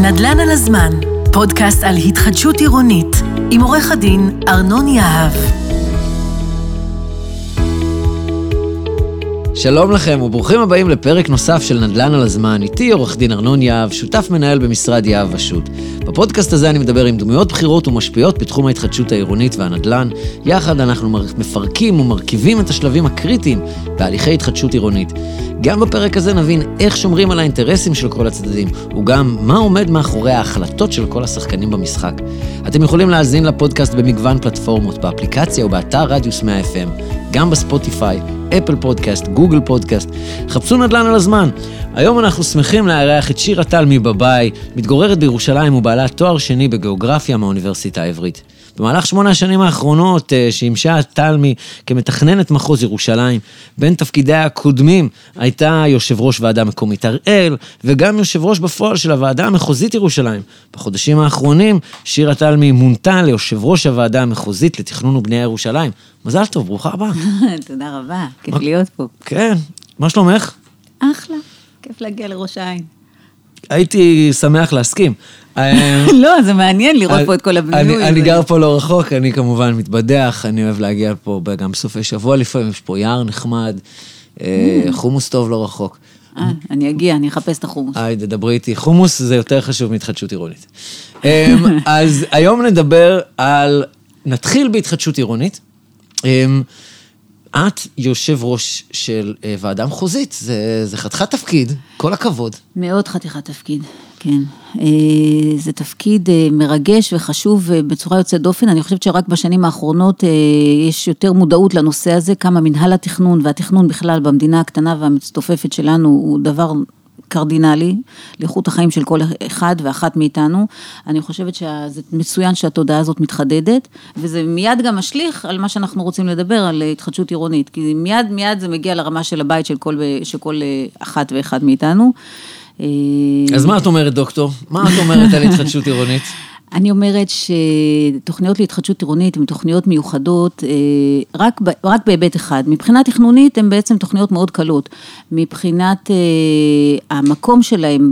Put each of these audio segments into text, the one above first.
נדל"ן על הזמן, פודקאסט על התחדשות עירונית, עם עורך הדין ארנון יהב. שלום לכם וברוכים הבאים לפרק נוסף של נדל"ן על הזמן. איתי עורך דין ארנון יהב, שותף מנהל במשרד יהב ושות'. בפודקאסט הזה אני מדבר עם דמויות בחירות ומשפיעות בתחום ההתחדשות העירונית והנדל"ן. יחד אנחנו מפרקים ומרכיבים את השלבים הקריטיים בהליכי התחדשות עירונית. גם בפרק הזה נבין איך שומרים על האינטרסים של כל הצדדים, וגם מה עומד מאחורי ההחלטות של כל השחקנים במשחק. אתם יכולים להאזין לפודקאסט במגוון פלטפורמות, באפליקציה ובאתר רדיוס 100 FM, גם בספוטיפיי, אפל פודקאסט, גוגל פודקאסט. חפשו נדל"ן על הזמן. היום אנחנו שמחים לארח את שירה תלמי בבאי, מתגוררת בירושלים ובעלת תואר שני בגיאוגרפיה מהאוניברסיטה העברית. במהלך 8 השנים האחרונות שימשה תלמי כמתכננת מחוז ירושלים, בין תפקידיה הקודמים הייתה יושב ראש ועדה מקומית הראל, וגם יושב ראש בפועל של הוועדה המחוזית ירושלים. בחודשים האחרונים שירה תלמי מונתה ליושב ראש הוועדה המחוזית לתכנון ובנייה ירושלים. מזל טוב, ברוכה הבאה. תודה רבה, כיף להיות פה. כן, מה שלומך? אחלה, כיף להגיע לראש העין. הייתי שמח להסכים. לא, זה מעניין לראות פה את כל הבינוי. אני גר פה לא רחוק, אני כמובן מתבדח, אני אוהב להגיע פה גם בסופי שבוע לפעמים, יש פה יער נחמד, חומוס טוב לא רחוק. אני אגיע, אני אחפש את החומוס. דברי איתי, חומוס זה יותר חשוב מהתחדשות עירונית. אז היום נתחיל בהתחדשות עירונית. את יושב ראש של ועדה מחוזית, זה חתיכת תפקיד, כל הכבוד. מאוד חתיכת תפקיד, כן. זה תפקיד מרגש וחשוב בצורה יוצאת דופן. אני חושבת שרק בשנים האחרונות יש יותר מודעות לנושא הזה, כמה מנהל התכנון והתכנון בכלל במדינה הקטנה והמצטופפת שלנו הוא דבר קרדינלי, לאיכות החיים של כל אחד ואחת מאיתנו. אני חושבת שזה מצוין שהתודעה הזאת מתחדדת, וזה מיד גם משליך על מה שאנחנו רוצים לדבר, על התחדשות עירונית, כי מיד זה מגיע לרמה של הבית של כל אחת ואחד מאיתנו. אז מה את אומרת, דוקטור? מה את אומרת על התחדשות עירונית? אני אומרת שתוכניות להתחדשות עירונית הן תוכניות מיוחדות רק בהיבט אחד. מבחינה תכנונית הן בעצם תוכניות מאוד קלות. מבחינת המקום שלהם,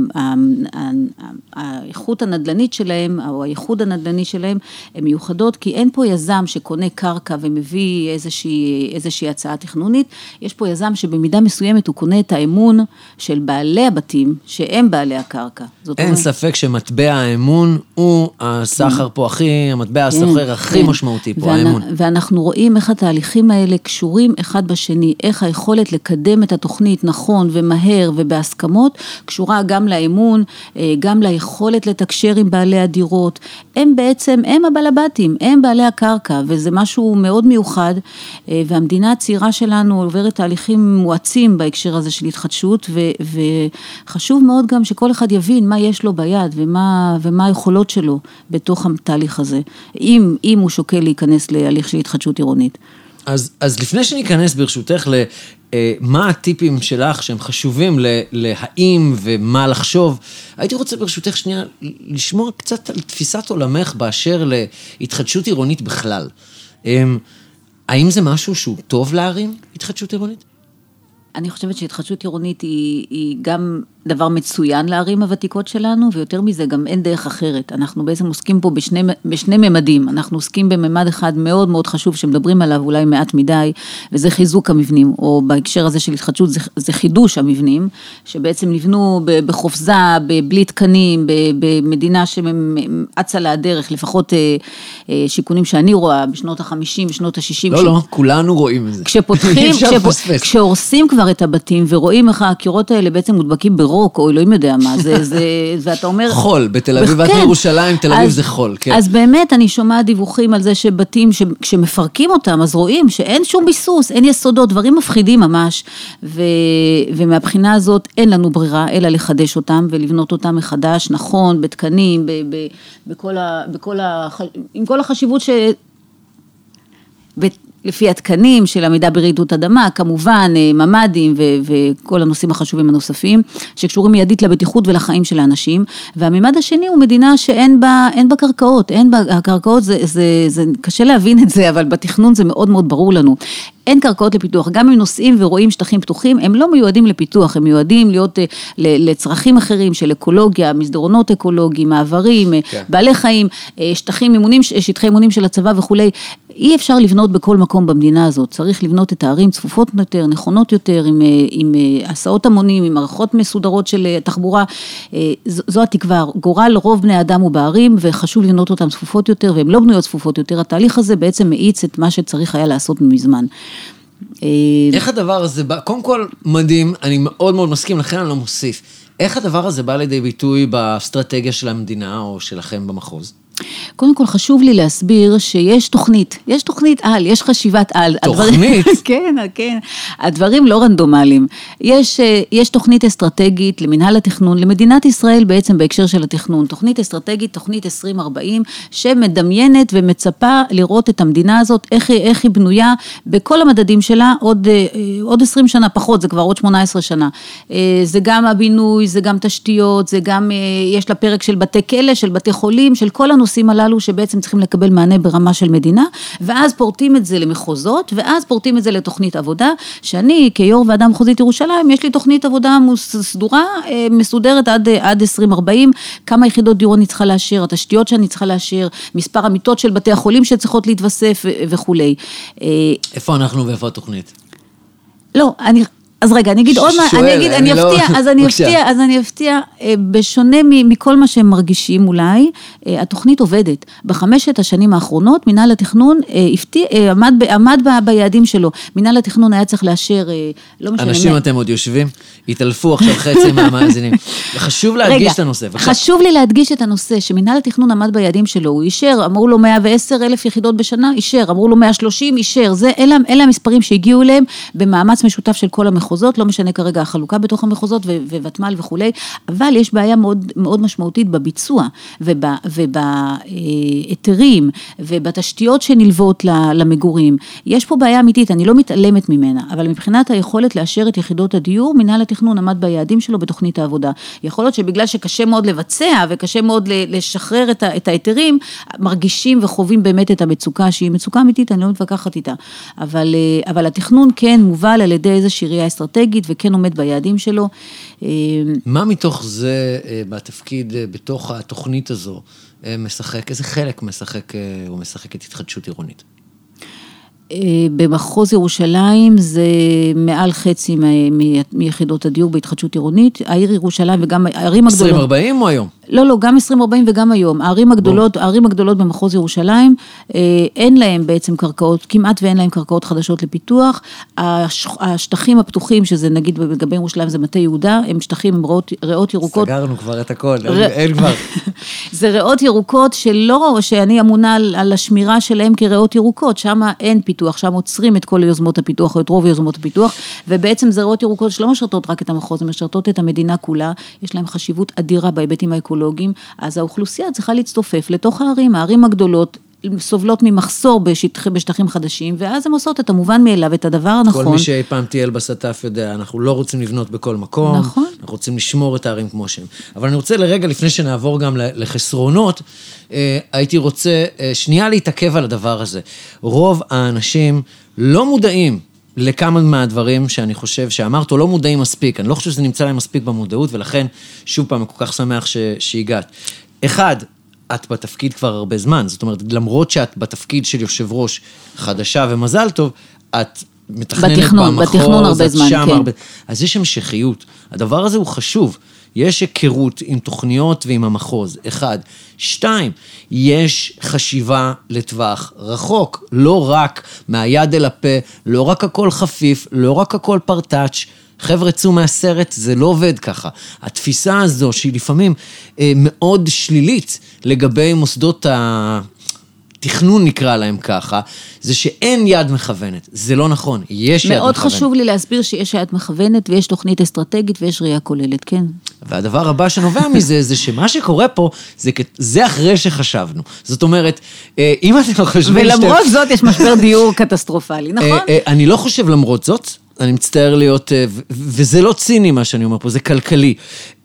האיכות הנדלנית שלהם, או הייחוד הנדלני שלהם, הן מיוחדות, כי אין פה יזם שקונה קרקע ומביא איזושהי הצעה תכנונית. יש פה יזם שבמידה מסוימת הוא קונה את האמון של בעלי הבתים, שהם בעלי הקרקע. אין ספק שמטבע האמון הוא הסחר פה המטבע הסוחר הכי משמעותי פה, האמון. ואנחנו רואים איך התהליכים האלה קשורים אחד בשני, איך היכולת לקדם את התוכנית נכון ומהר ובהסכמות, קשורה גם לאמון, גם ליכולת לתקשר עם בעלי הדירות. הם בעצם, הם הבעלבתים, הם בעלי הקרקע, וזה משהו מאוד מיוחד, והמדינה הצעירה שלנו עוברת תהליכים מואצים בהקשר הזה של התחדשות, וחשוב מאוד גם שכל אחד יבין מה יש לו ביד, ומה היכולות שלו בתוך התהליך הזה, אם הוא שוקל להיכנס להליך של התחדשות עירונית. אז לפני שניכנס ברשותך למה הטיפים שלך שהם חשובים להאם ומה לחשוב, הייתי רוצה ברשותך שנייה לשמוע קצת על תפיסת עולמך באשר להתחדשות עירונית בכלל. האם זה משהו שהוא טוב לערים, התחדשות עירונית? אני חושבת שהתחדשות עירונית היא גם דבר מצוין לערים הוותיקות שלנו, ויותר מזה גם אין דרך אחרת. אנחנו בעצם עוסקים פה בשני ממדים. אנחנו עוסקים בממד אחד מאוד מאוד חשוב, שמדברים עליו אולי מעט מדי, וזה חיזוק המבנים, או בהקשר הזה של התחדשות, זה חידוש המבנים, שבעצם נבנו בחופזה, בלי תקנים, במדינה שעצה לה הדרך, לפחות שיקונים שאני רואה, בשנות ה-50, בשנות ה-60. לא, כולנו רואים את זה. כשהורסים כבר את הבתים, ורואים איך הקירות האלה בעצם מודבקים ברוק, או אלוהים יודע מה, ואתה אומר... חול, בתל אביב ואת ירושלים, תל אביב זה חול, כן. אז באמת אני שומעת דיווחים על זה שבתים, כשמפרקים אותם, אז רואים שאין שום ביסוס, אין יסודות, דברים מפחידים ממש, ומהבחינה הזאת אין לנו ברירה, אלא לחדש אותם, ולבנות אותם מחדש, נכון, בתקנים, עם כל החשיבות לפי התקנים של עמידה ברעידות אדמה, כמובן ממדים וכל הנושאים החשובים הנוספים, שקשורים מיידית לבטיחות ולחיים של האנשים, והממד השני הוא מדינה שאין בה קרקעות, הקרקעות זה קשה להבין את זה, אבל בתכנון זה מאוד מאוד ברור לנו. אין קרקעות לפיתוח, גם אם נוסעים ורואים שטחים פתוחים, הם לא מיועדים לפיתוח, הם מיועדים להיות לצרכים אחרים של אקולוגיה, מסדרונות אקולוגיים, מעברים, בעלי חיים, שטחי אימונים של הצבא וכולי. אי אפשר לבנות בכל מקום במדינה הזאת, צריך לבנות את הערים צפופות יותר, נכונות יותר, עם הסעות המונים, עם מערכות מסודרות של תחבורה, זו התקווה, גורל רוב בני האדם הוא בערים, וחשוב לבנות אותם צפופות יותר, והן לא בנויות צפופות יותר, התהליך הזה בעצם מאיץ את מה שצריך היה לעשות מזמן. איך הדבר הזה בא, קודם כל מדהים, אני מאוד מאוד מסכים, לכן אני לא מוסיף, איך הדבר הזה בא לידי ביטוי באסטרטגיה של המדינה, או שלכם במחוז? קודם כל חשוב לי להסביר שיש תוכנית על, יש חשיבת על. תוכנית? כן, כן. הדברים לא רנדומליים. יש תוכנית אסטרטגית למנהל התכנון, למדינת ישראל בעצם בהקשר של התכנון, תוכנית אסטרטגית, תוכנית 2040, שמדמיינת ומצפה לראות את המדינה הזאת, איך היא בנויה, בכל המדדים שלה, עוד 20 שנה פחות, זה כבר עוד 18 שנה. זה גם הבינוי, זה גם תשתיות, זה גם, יש לה פרק של בתי כלא, של בתי חולים, של כל הנושאים הללו שבעצם צריכים לקבל מענה ברמה של מדינה, ואז פורטים את זה למחוזות, ואז פורטים את זה לתוכנית עבודה, שאני כיו"ר ועדה מחוזית ירושלים, יש לי תוכנית עבודה סדורה, מסודרת עד 2040, כמה יחידות דיור אני צריכה לאשר, התשתיות שאני צריכה לאשר, מספר המיטות של בתי החולים שצריכות להתווסף וכולי. איפה אנחנו ואיפה התוכנית? לא, אז רגע, אני אגיד עוד מה, אני אפתיע, בשונה מכל מה שהם מרגישים אולי, התוכנית עובדת. בחמשת השנים האחרונות, מנהל התכנון עמד ביעדים שלו. מנהל התכנון היה צריך לאשר, לא משנה. אנשים אתם עוד יושבים, התעלפו עכשיו חצי מהמאזינים. חשוב להדגיש את הנושא. חשוב לי להדגיש את הנושא, שמנהל התכנון עמד ביעדים שלו, הוא אישר, אמרו לו 110,000 יחידות בשנה, אישר, אמרו לו 130, אישר. אלה המספרים שהגיעו אליהם במאמץ משותף של כל המחוזות. לא משנה כרגע החלוקה בתוך המחוזות וותמ"ל וכולי, אבל יש בעיה מאוד, מאוד משמעותית בביצוע ובהיתרים ובתשתיות שנלוות למגורים. יש פה בעיה אמיתית, אני לא מתעלמת ממנה, אבל מבחינת היכולת לאשר את יחידות הדיור, מנהל התכנון עמד ביעדים שלו בתוכנית העבודה. יכול להיות שבגלל שקשה מאוד לבצע וקשה מאוד לשחרר את ההיתרים, מרגישים וחווים באמת את המצוקה, שהיא מצוקה אמיתית, אני לא מתווכחת איתה. אבל התכנון כן מובל על ידי איזושהי ראייה אסטרטגית וכן עומד ביעדים שלו. מה מתוך זה בתפקיד, בתוך התוכנית הזו משחק, איזה חלק משחק או משחקת התחדשות עירונית? במחוז ירושלים זה מעל חצי מיחידות הדיור בהתחדשות עירונית, העיר ירושלים וגם הערים הגדולות. 2040 או היום? לא, גם 2040 וגם היום. הערים הגדולות במחוז ירושלים, אין להם בעצם קרקעות, כמעט ואין להם קרקעות חדשות לפיתוח. השטחים הפתוחים, שזה נגיד לגבי ירושלים, זה מטה יהודה, הם שטחים עם ריאות ירוקות. סגרנו כבר את הכל, אין כבר. זה ריאות ירוקות שאני אמונה על השמירה שלהם כריאות ירוקות, שם אין פיתוח, שם עוצרים את כל יוזמות הפיתוח, או את רוב יוזמות הפיתוח, ובעצם זה ריאות ירוקות שלא משרתות רק את המחוז, הן משרתות את המדינה כולה, יש להם חשיבות אדירה בהיבטים האקולוגיים, אז האוכלוסייה צריכה להצטופף לתוך הערים הגדולות, סובלות ממחסור בשטחים חדשים, ואז הם עושות את המובן מאליו, את הדבר הנכון. כל מי שאי פעם טייל בסטף יודע, אנחנו לא רוצים לבנות בכל מקום, נכון. אנחנו רוצים לשמור את הערים כמו שהם. אבל אני רוצה לרגע, לפני שנעבור גם לחסרונות, הייתי רוצה שנייה להתעכב על הדבר הזה. רוב האנשים לא מודעים לכמה מהדברים שאני חושב שאמרת, או לא מודעים מספיק, אני לא חושב שזה נמצא להם מספיק במודעות, ולכן שוב פעם, אני כל כך שמח שהגעת. אחד, את בתפקיד כבר הרבה זמן, זאת אומרת, למרות שאת בתפקיד של יושב ראש חדשה ומזל טוב, את מתכננת בתכנון הרבה זמן, כן. אז יש המשכיות. הדבר הזה הוא חשוב. יש היכרות עם תוכניות ועם המחוז. 1. 2. יש חשיבה לטווח רחוק. לא רק מהיד אל הפה, לא רק הכל חפיף, לא רק הכל פרטאץ'. חבר'ה, צאו מהסרט, זה לא עובד ככה. התפיסה הזו, שהיא לפעמים מאוד שלילית לגבי מוסדות תכנון נקרא להם ככה, זה שאין יד מכוונת. זה לא נכון, יש יד מכוונת. מאוד חשוב לי להסביר שיש יד מכוונת, ויש תוכנית אסטרטגית, ויש ראייה כוללת, כן. והדבר הבא שנובע מזה, זה שמה שקורה פה, זה אחרי שחשבנו. זאת אומרת, אם אתם חושבים... ולמרות זאת יש משבר דיור קטסטרופלי, נכון? אני לא חושב למרות זאת, אני מצטער להיות, וזה לא ציני מה שאני אומר פה, זה כלכלי.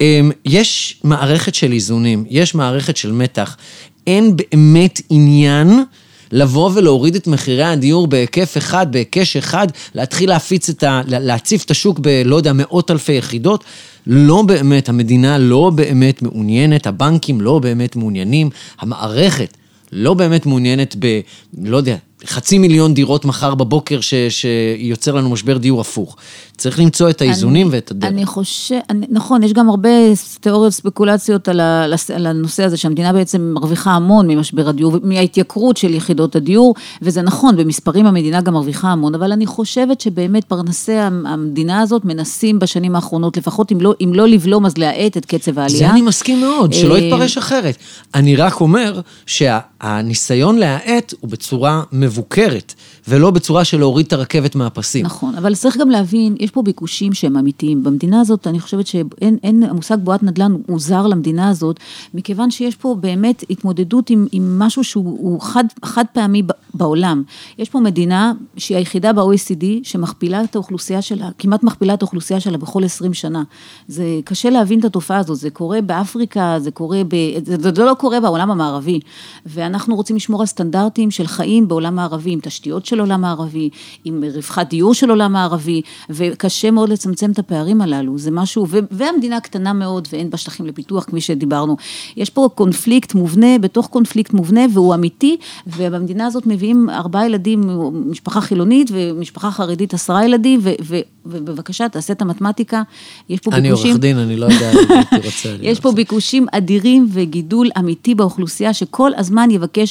יש מערכת של איזונים, יש מערכת של מתח, אין באמת עניין לבוא ולהוריד את מחירי הדיור בהיקף אחד, בהיקש אחד, להתחיל להציף את השוק לא יודע, מאות אלפי יחידות, לא באמת, המדינה לא באמת מעוניינת, הבנקים לא באמת מעוניינים, המערכת לא באמת מעוניינת לא יודע, 500,000 דירות מחר בבוקר שיוצר לנו משבר דיור הפוך. צריך למצוא את האיזונים ואת הדרך. אני חושב, נכון, יש גם הרבה תיאוריות ספקולציות על הנושא הזה, שהמדינה בעצם מרוויחה המון ממשבר הדיור, מההתייקרות של יחידות הדיור, וזה נכון, במספרים המדינה גם מרוויחה המון, אבל אני חושבת שבאמת פרנסי המדינה הזאת מנסים בשנים האחרונות, לפחות אם לא לבלום, אז להאט את קצב העלייה. זה אני מסכים מאוד, שלא יתפרש אחרת. אני רק אומר שהניסיון להאט הוא בצורה מבוקרת, ולא בצורה של להוריד את הרכבת מהפסים. נכון, אבל צריך גם להבין, יש פה ביקושים שהם אמיתיים. במדינה הזאת, אני חושבת שאין המושג בועת נדל"ן הוא זר למדינה הזאת, מכיוון שיש פה באמת התמודדות עם משהו שהוא חד פעמי בעולם. יש פה מדינה שהיא היחידה ב-OECD, שמכפילה את האוכלוסייה שלה, כמעט מכפילה את האוכלוסייה שלה בכל 20 שנה. זה קשה להבין את התופעה הזאת, זה קורה באפריקה, זה לא קורה בעולם המערבי, ואנחנו רוצים לשמור על סטנדרטים של חיים בעולם הערבי, עם תשתיות של עולם הערבי, עם רווחת דיור של עולם הערבי, וקשה מאוד לצמצם את הפערים הללו, זה משהו, והמדינה קטנה מאוד, ואין בה שטחים לפיתוח, כפי שדיברנו. יש פה קונפליקט מובנה, בתוך קונפליקט מובנה, והוא אמיתי, ובמדינה הזאת מביאים 4 ילדים, משפחה חילונית, ומשפחה חרדית 10 ילדים, ובבקשה, תעשה את המתמטיקה, יש פה ביקושים... אני עורך דין, אני לא יודע, הייתי רוצה... יש פה ביקושים אדירים, וגידול אמיתי באוכלוסייה, שכל הזמן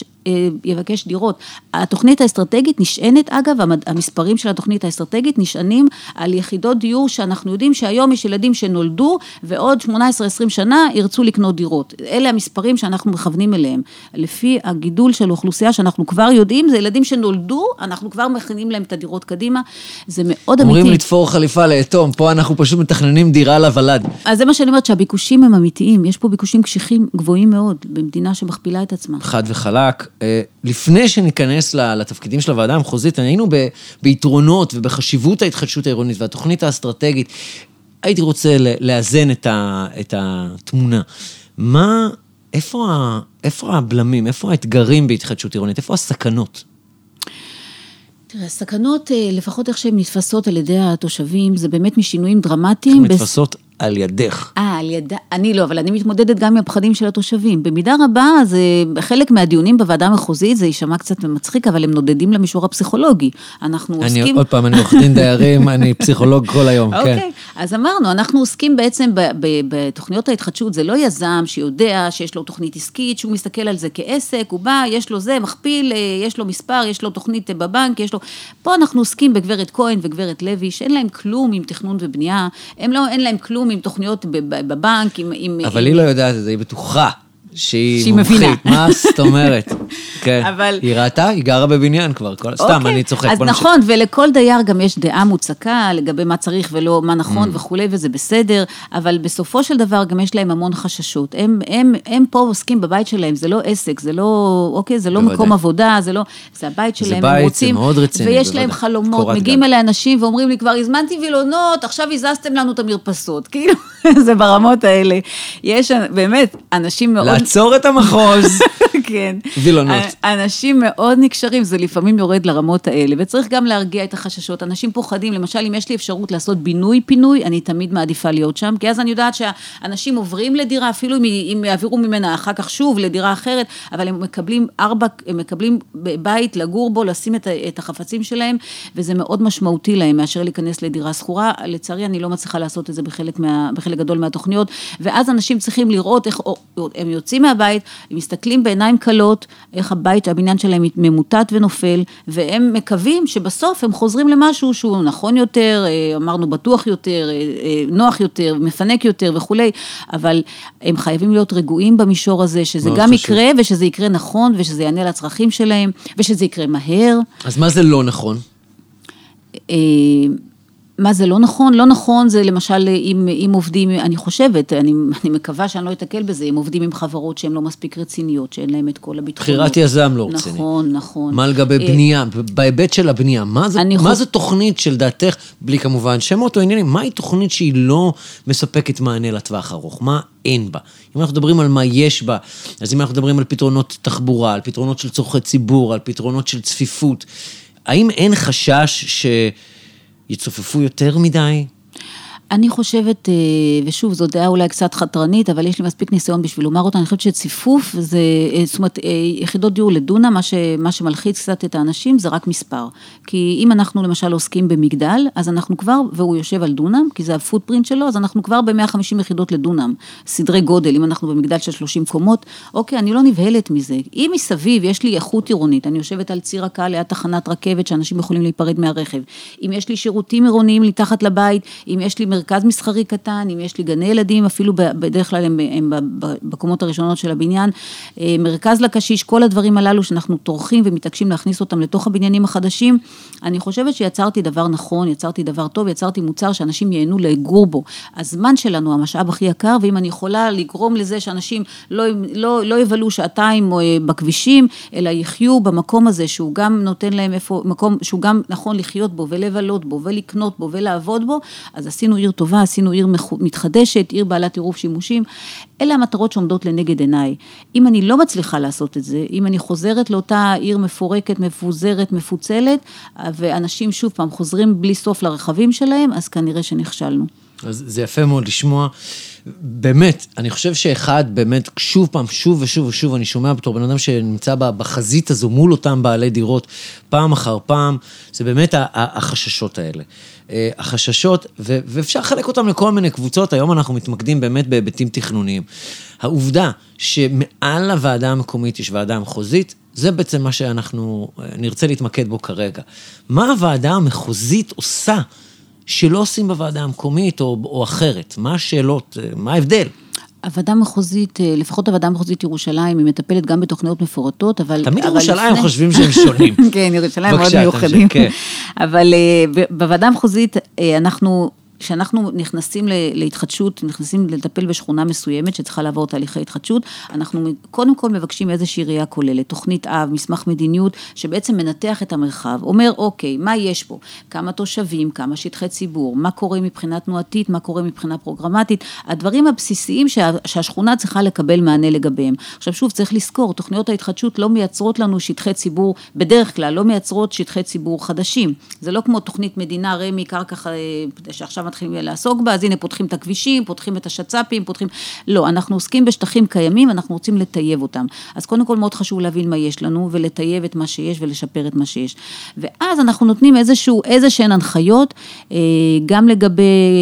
יבקש דירות. התוכנית האסטרטגית נשענת, אגב, המספרים של התוכנית האסטרטגית נשענים על יחידות דיור שאנחנו יודעים שהיום יש ילדים שנולדו, ועוד 18-20 שנה ירצו לקנות דירות. אלה המספרים שאנחנו מכוונים אליהם. לפי הגידול של האוכלוסייה שאנחנו כבר יודעים, זה ילדים שנולדו, אנחנו כבר מכינים להם את הדירות קדימה. זה מאוד אמיתי. אומרים לתפור חליפה לאטום, פה אנחנו פשוט מתכננים דירה לוולד. אז זה מה שאני אומרת, שהביקושים הם אמיתיים. יש פה ביקושים קשיחים גבוהים מאוד, במדינה שמכפילה את עצמה. חד וחלק. לפני שניכנס לתפקידים של הוועדה המחוזית, היינו ביתרונות ובחשיבות ההתחדשות העירונית והתוכנית האסטרטגית. הייתי רוצה לאזן את התמונה. איפה הבלמים, איפה האתגרים בהתחדשות עירונית, איפה הסכנות? תראה, הסכנות, לפחות איך שהן נתפסות על ידי התושבים, זה באמת משינויים דרמטיים. איך נתפסות על ידך? על ידה, אני לא, אבל אני מתמודדת גם עם הפחדים של התושבים. במידה רבה, זה חלק מהדיונים בוועדה המחוזית, זה יישמע קצת מצחיק, אבל הם נודדים למישור הפסיכולוגי. אנחנו עוסקים... עוד פעם, אני עורך דין דיירים, אני פסיכולוג כל היום, כן. אוקיי, אז אמרנו, אנחנו עוסקים בעצם בתוכניות ההתחדשות, זה לא יזם שיודע שיש לו תוכנית עסקית, שהוא מסתכל על זה כעסק, הוא בא, יש לו זה, מכפיל, יש לו מספר, יש לו תוכנית בבנק, יש לו... פה אנחנו עוסקים בגברת כהן וגברת לוי, שאין להם כלום עם תכנון ובנייה, אין להם כלום עם תוכניות בבנק, אבל היא לא יודעת את זה, היא בטוחה שהיא מומחית. מה זאת אומרת? כן. היא ראתה, היא גרה בבניין כבר, סתם, אני צוחק. אז נכון, ולכל דייר גם יש דעה מוצקה, לגבי מה צריך ולא מה נכון וכו', וזה בסדר, אבל בסופו של דבר גם יש להם המון חששות. הם פה עוסקים בבית שלהם, זה לא עסק, זה לא, אוקיי, זה לא מקום עבודה, זה הבית שלהם, הם רוצים, ויש להם חלומות, מגיעים אלי אנשים ואומרים לי, כבר הזמנתי וילונות, עכשיו הזזתם לנו את המרפסות, כאילו, זה ברמות האלה. יש באמת אנשים מאוד... לעצור את המחוז. כן. וילונות. אנשים מאוד נקשרים, זה לפעמים יורד לרמות האלה, וצריך גם להרגיע את החששות. אנשים פוחדים, למשל, אם יש לי אפשרות לעשות בינוי-פינוי, אני תמיד מעדיפה להיות שם, כי אז אני יודעת שהאנשים עוברים לדירה, אפילו אם יעבירו ממנה אחר כך שוב לדירה אחרת, אבל הם מקבלים בית לגור בו, לשים את החפצים שלהם, וזה מאוד משמעותי להם, מאשר להיכנס לדירה סחורה. לצערי, אני לא מצליחה לעשות את זה בחלק גדול מהתוכניות, ואז אנשים צריכים לראות איך הם יוצאים מהבית, הם מסתכלים בעיניים ידיים קלות, איך הבניין שלהם ממוטט ונופל, והם מקווים שבסוף הם חוזרים למשהו שהוא נכון יותר, אמרנו בטוח יותר, נוח יותר, מפנק יותר וכולי, אבל הם חייבים להיות רגועים במישור הזה, שזה גם יקרה, ושזה יקרה נכון, ושזה יענה לצרכים שלהם, ושזה יקרה מהר. אז מה זה לא נכון? מה זה לא נכון? לא נכון זה למשל אם עובדים, אני חושבת, אני מקווה שאני לא אתקל בזה, אם עובדים עם חברות שהן לא מספיק רציניות, שאין להם את כל הביטחונות. בחירת יזם לא רציני. נכון, נכון. מה לגבי בנייה, בהיבט של הבנייה, מה זה תוכנית של דעתך, בלי כמובן שמות או עניינים, מהי תוכנית שהיא לא מספקת מענה לטווח ארוך? מה אין בה? אם אנחנו מדברים על מה יש בה, אז אם אנחנו מדברים על פתרונות תחבורה, על פתרונות של צורכי ציבור, על פתרונות של צפיפות, האם אין חשש יצופפו יותר מדי? אני חושבת, ושוב, זו דעה אולי קצת חתרנית, אבל יש לי מספיק ניסיון בשביל לומר אותה, אני חושבת שציפוף, זה, זאת אומרת, יחידות דיור לדונה, מה שמלחיץ קצת את האנשים, זה רק מספר. כי אם אנחנו למשל עוסקים במגדל, אז אנחנו כבר, והוא יושב על דונם, כי זה הפוטפרינט שלו, אז אנחנו כבר ב-150 יחידות לדונם, סדרי גודל, אם אנחנו במגדל של 30 קומות, אוקיי, אני לא נבהלת מזה. אם מסביב יש לי איכות עירונית, אני יושבת על ציר הקהל ליד תחנת רכבת, שאנשים יכולים להיפרד מהרכב. אם יש לי שירותים עירוניים מתחת לבית, אם יש לי מרכז מסחרי קטן, אם יש לי גני ילדים, אפילו בדרך כלל הם בקומות הראשונות של הבניין, מרכז לקשיש, כל הדברים הללו שאנחנו טורחים ומתעקשים להכניס אותם לתוך הבניינים החדשים, אני חושבת שיצרתי דבר נכון, יצרתי דבר טוב, יצרתי מוצר שאנשים ייהנו לגור בו. הזמן שלנו, המשאב הכי יקר, ואם אני יכולה לגרום לזה שאנשים לא יבלו שעתיים בכבישים, אלא יחיו במקום הזה, שהוא גם נותן להם מקום שהוא גם נכון לחיות בו ולבלות בו ולקנות בו ולעבוד בו, אז עשינו עיר טובה, עשינו עיר מתחדשת, עיר בעלת עירוב שימושים, אלה המטרות שעומדות לנגד עיניי. אם אני לא מצליחה לעשות את זה, אם אני חוזרת לאותה עיר מפורקת, מפוזרת, מפוצלת, ואנשים שוב פעם חוזרים בלי סוף לרכבים שלהם, אז כנראה שנכשלנו. אז זה יפה מאוד לשמוע. באמת, אני חושב שאחד, באמת, שוב פעם, שוב ושוב ושוב, אני שומע בתור בן אדם שנמצא בחזית הזו מול אותם בעלי דירות, פעם אחר פעם, זה באמת החששות האלה. החששות, ואפשר לחלק אותם לכל מיני קבוצות, היום אנחנו מתמקדים באמת בהיבטים תכנוניים. העובדה שמעל הוועדה המקומית יש ועדה המחוזית, זה בעצם מה שאנחנו נרצה להתמקד בו כרגע. מה הוועדה המחוזית עושה שלא עושים בוועדה המקומית או אחרת? מה השאלות? מה ההבדל? הוועדה המחוזית, לפחות הוועדה המחוזית ירושלים, היא מטפלת גם בתוכניות מפורטות, אבל... תמיד ירושלים חושבים שהם שונים. כן, ירושלים מאוד מיוחדים. אבל בוועדה המחוזית כשאנחנו נכנסים להתחדשות, נכנסים לטפל בשכונה מסוימת שצריכה לעבור תהליכי התחדשות, אנחנו קודם כל מבקשים איזושהי ראייה כוללת, תוכנית אב, מסמך מדיניות, שבעצם מנתח את המרחב, אומר אוקיי, מה יש פה? כמה תושבים, כמה שטחי ציבור, מה קורה מבחינה תנועתית, מה קורה מבחינה פרוגרמטית, הדברים הבסיסיים שהשכונה צריכה לקבל מענה לגביהם. עכשיו שוב, צריך לזכור, תוכניות ההתחדשות לא מייצרות לנו שטחי ציבור, בדרך כלל לא מייצרות שטחי ציבור חדשים. זה לא כמו תוכנית מדינה, רמי, קרקע שעכשיו מתחילים לעסוק בה, אז הנה פותחים את הכבישים, פותחים את השצ"פים, לא, אנחנו עוסקים בשטחים קיימים, אנחנו רוצים לטייב אותם. אז קודם כל מאוד חשוב להבין מה יש לנו, ולטייב את מה שיש, ולשפר את מה שיש. ואז אנחנו נותנים איזשהן הנחיות, גם לגבי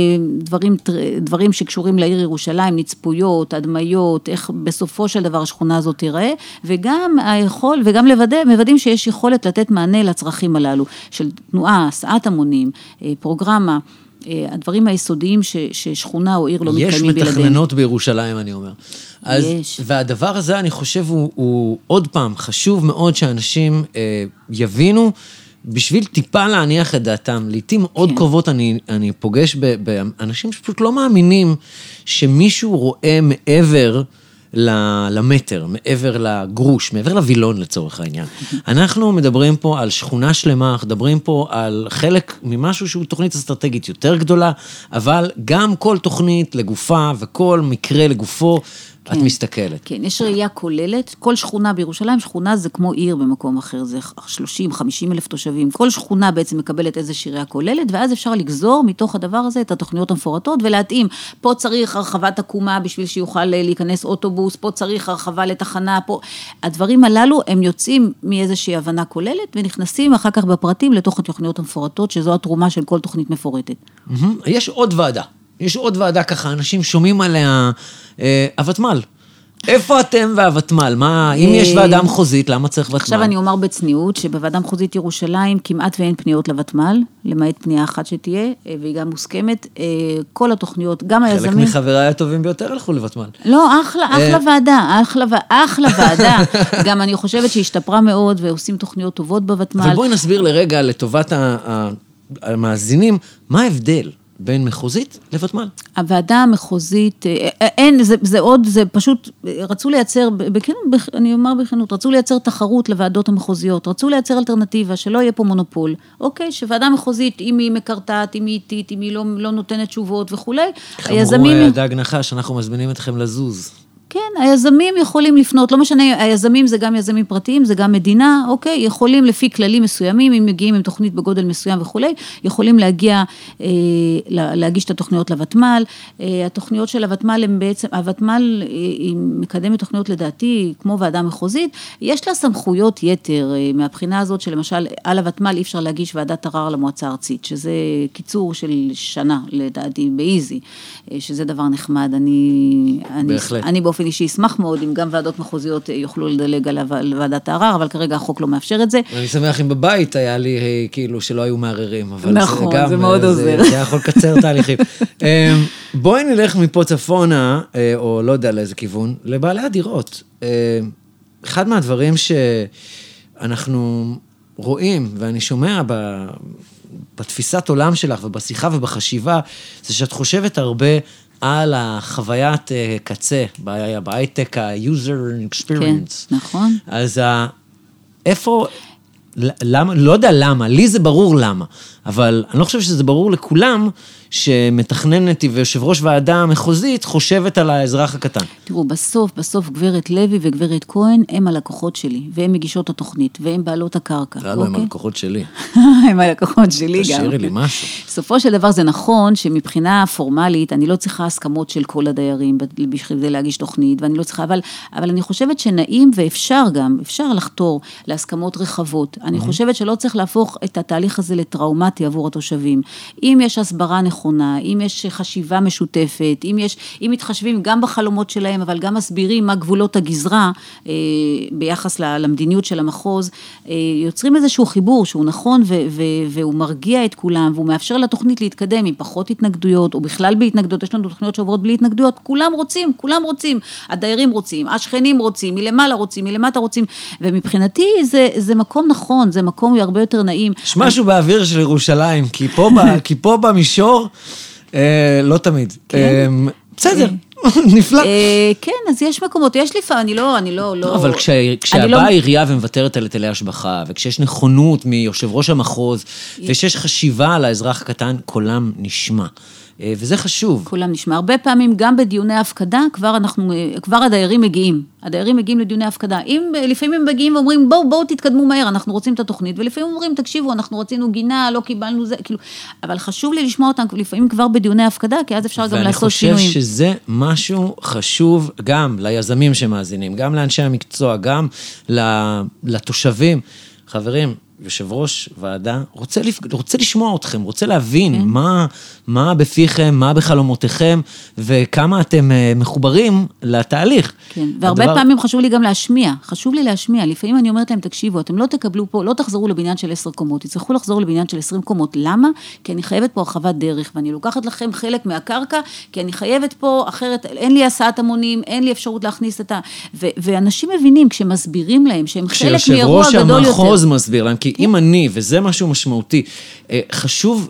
דברים שקשורים לעיר ירושלים, נצפויות, הדמיות, איך בסופו של דבר השכונה הזאת תיראה, וגם מוודאים שיש יכולת לתת מענה לצרכים הללו, של תנועה, הסעת המונים, פרוגרמה, הדברים היסודיים ששכונה או עיר לא מתקיימים בלעדיהם. יש מתכננות בירושלים, אני אומר. יש. והדבר הזה, אני חושב, הוא עוד פעם חשוב מאוד שאנשים יבינו, בשביל טיפה להניח את דעתם. לעתים עוד קרובות אני פוגש באנשים שפשוט לא מאמינים שמישהו רואה מעבר למטר, מעבר לגרוש, מעבר לווילון לצורך העניין. אנחנו מדברים פה על שכונה שלמה, אנחנו מדברים פה על חלק ממשהו שהוא תוכנית אסטרטגית יותר גדולה, אבל גם כל תוכנית לגופה וכל מקרה לגופו, את מסתכלת. כן, יש ראייה כוללת, כל שכונה בירושלים, שכונה זה כמו עיר במקום אחר, זה 30-50 אלף תושבים, כל שכונה בעצם מקבלת איזושהי ראייה כוללת, ואז אפשר לגזור מתוך הדבר הזה את התוכניות המפורטות, ולהתאים, פה צריך הרחבת עקומה בשביל שיוכל להיכנס אוטובוס, פה צריך הרחבה לתחנה, פה, הדברים הללו הם יוצאים מאיזושהי הבנה כוללת, ונכנסים אחר כך בפרטים לתוך התוכניות המפורטות, שזו התרומה של כל תוכנית מפורטת. יש עוד ועדה ככה, אנשים שומעים עליה, הוותמ"ל. איפה אתם והוותמ"ל? אם יש ועדה מחוזית, למה צריך ותמ"ל? עכשיו אני אומר בצניעות, שבוועדה מחוזית ירושלים כמעט ואין פניות לוותמ"ל, למעט פנייה אחת שתהיה, והיא גם מוסכמת. כל התוכניות, גם היזמים... חלק מחבריי הטובים ביותר הלכו לוותמ"ל. לא, אחלה ועדה, אחלה ועדה. גם אני חושבת שהשתפרה מאוד, ועושים תוכניות טובות בוותמ"ל. אבל בואי נסביר לרגע לטובת המאזינים, מה ההבדל בין מחוזית לוותמ"ל? הוועדה המחוזית, זה פשוט, רצו לייצר, אני אומר בכנות, רצו לייצר תחרות לוועדות המחוזיות, רצו לייצר אלטרנטיבה, שלא יהיה פה מונופול. אוקיי, שוועדה מחוזית, אם היא מקרטעת, אם היא איטית, אם היא לא נותנת תשובות וכו', חמרו דג נחש, אנחנו מזמינים אתכם לזוז. כן, היזמים יכולים לפנות, לא משנה, היזמים זה גם יזמים פרטיים, זה גם מדינה, אוקיי, יכולים לפי כללים מסוימים, אם מגיעים עם תוכנית בגודל מסוים וכו', יכולים להגיש את התוכניות לוותמ"ל, התוכניות של הוותמ"ל הם בעצם, הוותמ"ל היא מקדמת תוכניות לדעתי, כמו ועדה מחוזית, יש לה סמכויות יתר, מהבחינה הזאת שלמשל, על הוותמ"ל אי אפשר להגיש ועדת ערר למועצה הארצית, שזה קיצור של שנה, לדעתי, באיזי, שזה דבר נחמד, אני באופן אישי אשמח מאוד, אם גם ועדות מחוזיות יוכלו לדלג על ועדת הערר, אבל כרגע החוק לא מאפשר את זה. אני שמח אם בבית היה לי כאילו שלא היו מערערים, אבל נכון, זה מאוד עוזר. זה יכול לקצר תהליכים. בואי נלך מפה צפונה, או לא יודע לאיזה כיוון, לבעלי הדירות. אחד מהדברים שאנחנו רואים, ואני שומע בתפיסת עולם שלך, ובשיחה ובחשיבה, זה שאת חושבת הרבה על החוויית קצה, בהייטק, ה-user experience. כן, נכון. אז איפה, למה, לא יודע למה, לי זה ברור למה, אבל אני לא חושב שזה ברור לכולם, שמתכננת ויושב ראש ועדה מחוזית חושבת על האזרח הקטן. תראו, בסוף גברת לוי וגברת כהן הם הלקוחות שלי, והם מגישות התוכנית, והם בעלות הקרקע. לא, הם הלקוחות שלי. הם הלקוחות שלי גם. תשאירי לי משהו. סופו של דבר זה נכון, שמבחינה פורמלית, אני לא צריכה הסכמות של כל הדיירים, בשביל זה להגיש תוכנית, ואני לא צריכה, אבל אני חושבת שנעים ואפשר גם, אפשר לחתור להסכמות רחבות. אני חושבת שלא צריך להפוך את התהליך הזה לטראומטי עבור התושבים. אם יש הסברה נכונה, אם יש חשיבה משותפת, אם מתחשבים גם בחלומות שלהם, אבל גם מסבירים מה גבולות הגזרה ביחס למדיניות של המחוז, יוצרים איזשהו חיבור שהוא נכון והוא מרגיע את כולם, והוא מאפשר לתוכנית להתקדם עם פחות התנגדויות, או בכלל בהתנגדויות, יש לנו תוכניות שעוברות בלי התנגדויות, כולם רוצים, הדיירים רוצים, השכנים רוצים, מלמעלה רוצים, מלמטה רוצים, ומבחינתי זה מקום נכון, זה מקום הרבה יותר נעים. יש משהו באוויר של ירושלים, כי פה במישור, לא תמיד. בסדר, נפלא. כן, אז יש מקומות, יש לפעמים, אני לא... אבל כשהבאה העירייה ומוותרת על היטלי השבחה, וכשיש נכונות מיושב ראש המחוז, וכשיש חשיבה על האזרח הקטן, קולם נשמע. וזה חשוב. כולם נשמע. הרבה פעמים גם בדיוני ההפקדה, כבר הדיירים מגיעים. הדיירים מגיעים לדיוני ההפקדה. לפעמים הם מגיעים ואומרים, בואו תתקדמו מהר, אנחנו רוצים את התוכנית, ולפעמים אומרים, תקשיבו, אנחנו רצינו גינה, לא קיבלנו זה, כאילו, אבל חשוב לי לשמוע אותם, לפעמים כבר בדיוני ההפקדה, כי אז אפשר גם לעשות שינויים. ואני חושב שזה משהו חשוב גם ליזמים שמאזינים, גם לאנשי המקצוע, גם לתושבים. חברים, יושב ראש ועדה, רוצה לשמוע אתכם, רוצה להבין מה בפיכם, מה בחלומותיכם, וכמה אתם מחוברים לתהליך. כן, והרבה פעמים חשוב לי גם להשמיע, לפעמים אני אומרת להם, תקשיבו, אתם לא תקבלו פה, לא תחזרו לבניין של 10 קומות, תצטרכו לחזור לבניין של 20 קומות, למה? כי אני חייבת פה הרחבת דרך, ואני לוקחת לכם חלק מהקרקע, כי אני חייבת פה, אחרת, אין לי הסעת המונים, אין לי אפשרות להכניס את ואנשים מבינים, כשמסבירים להם, שהם חלק מאירוע גדול יותר. כשיושב ראש המחוז מסביר להם, כי אם אני, וזה משהו משמעותי, חשוב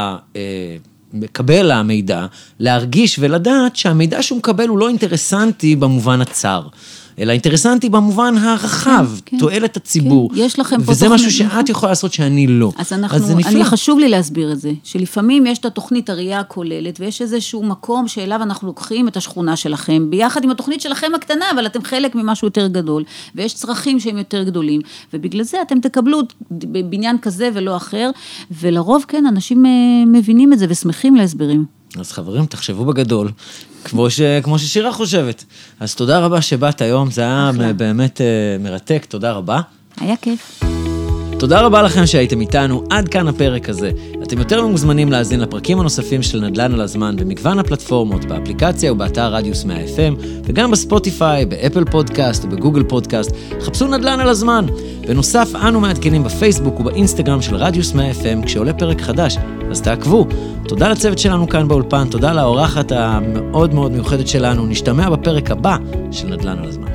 לקבל המידע, להרגיש ולדעת שהמידע שהוא מקבל הוא לא אינטרסנטי במובן הצר, אלא אינטרסנטי במובן הרחב, תועלת הציבור. יש לכם פה וזה משהו שאת יכולה לעשות שאני לא. אז זה נפלא. חשוב לי להסביר את זה, שלפעמים יש את התוכנית הראייה הכוללת, ויש איזשהו מקום שאליו אנחנו לוקחים את השכונה שלכם, ביחד עם התוכנית שלכם הקטנה, אבל אתם חלק ממשהו יותר גדול, ויש צרכים שהם יותר גדולים, ובגלל זה אתם תקבלו בבניין כזה ולא אחר, ולרוב כן, אנשים מבינים את זה ושמחים להסברים. אז חברים, תחשבו בגדול, כמו ששירה חושבת. אז תודה רבה שבאת היום, זה היה באמת מרתק, תודה רבה. היה כיף. תודה רבה לכם שהייתם איתנו, עד כאן הפרק הזה. אתם יותר מוזמנים להאזין לפרקים הנוספים של נדל"ן על הזמן במגוון הפלטפורמות, באפליקציה ובאתר רדיוס 100 FM, וגם בספוטיפיי, באפל פודקאסט ובגוגל פודקאסט. חפשו נדל"ן על הזמן. בנוסף, אנו מעדכנים בפייסבוק ובאינסטגרם של רדיוס 100 FM כשעולה פרק חדש, אז תעקבו. תודה לצוות שלנו כאן באולפן, תודה לאורחת המאוד מאוד מיוחדת שלנו. נשתמע בפרק הבא של נדל"ן על הזמן.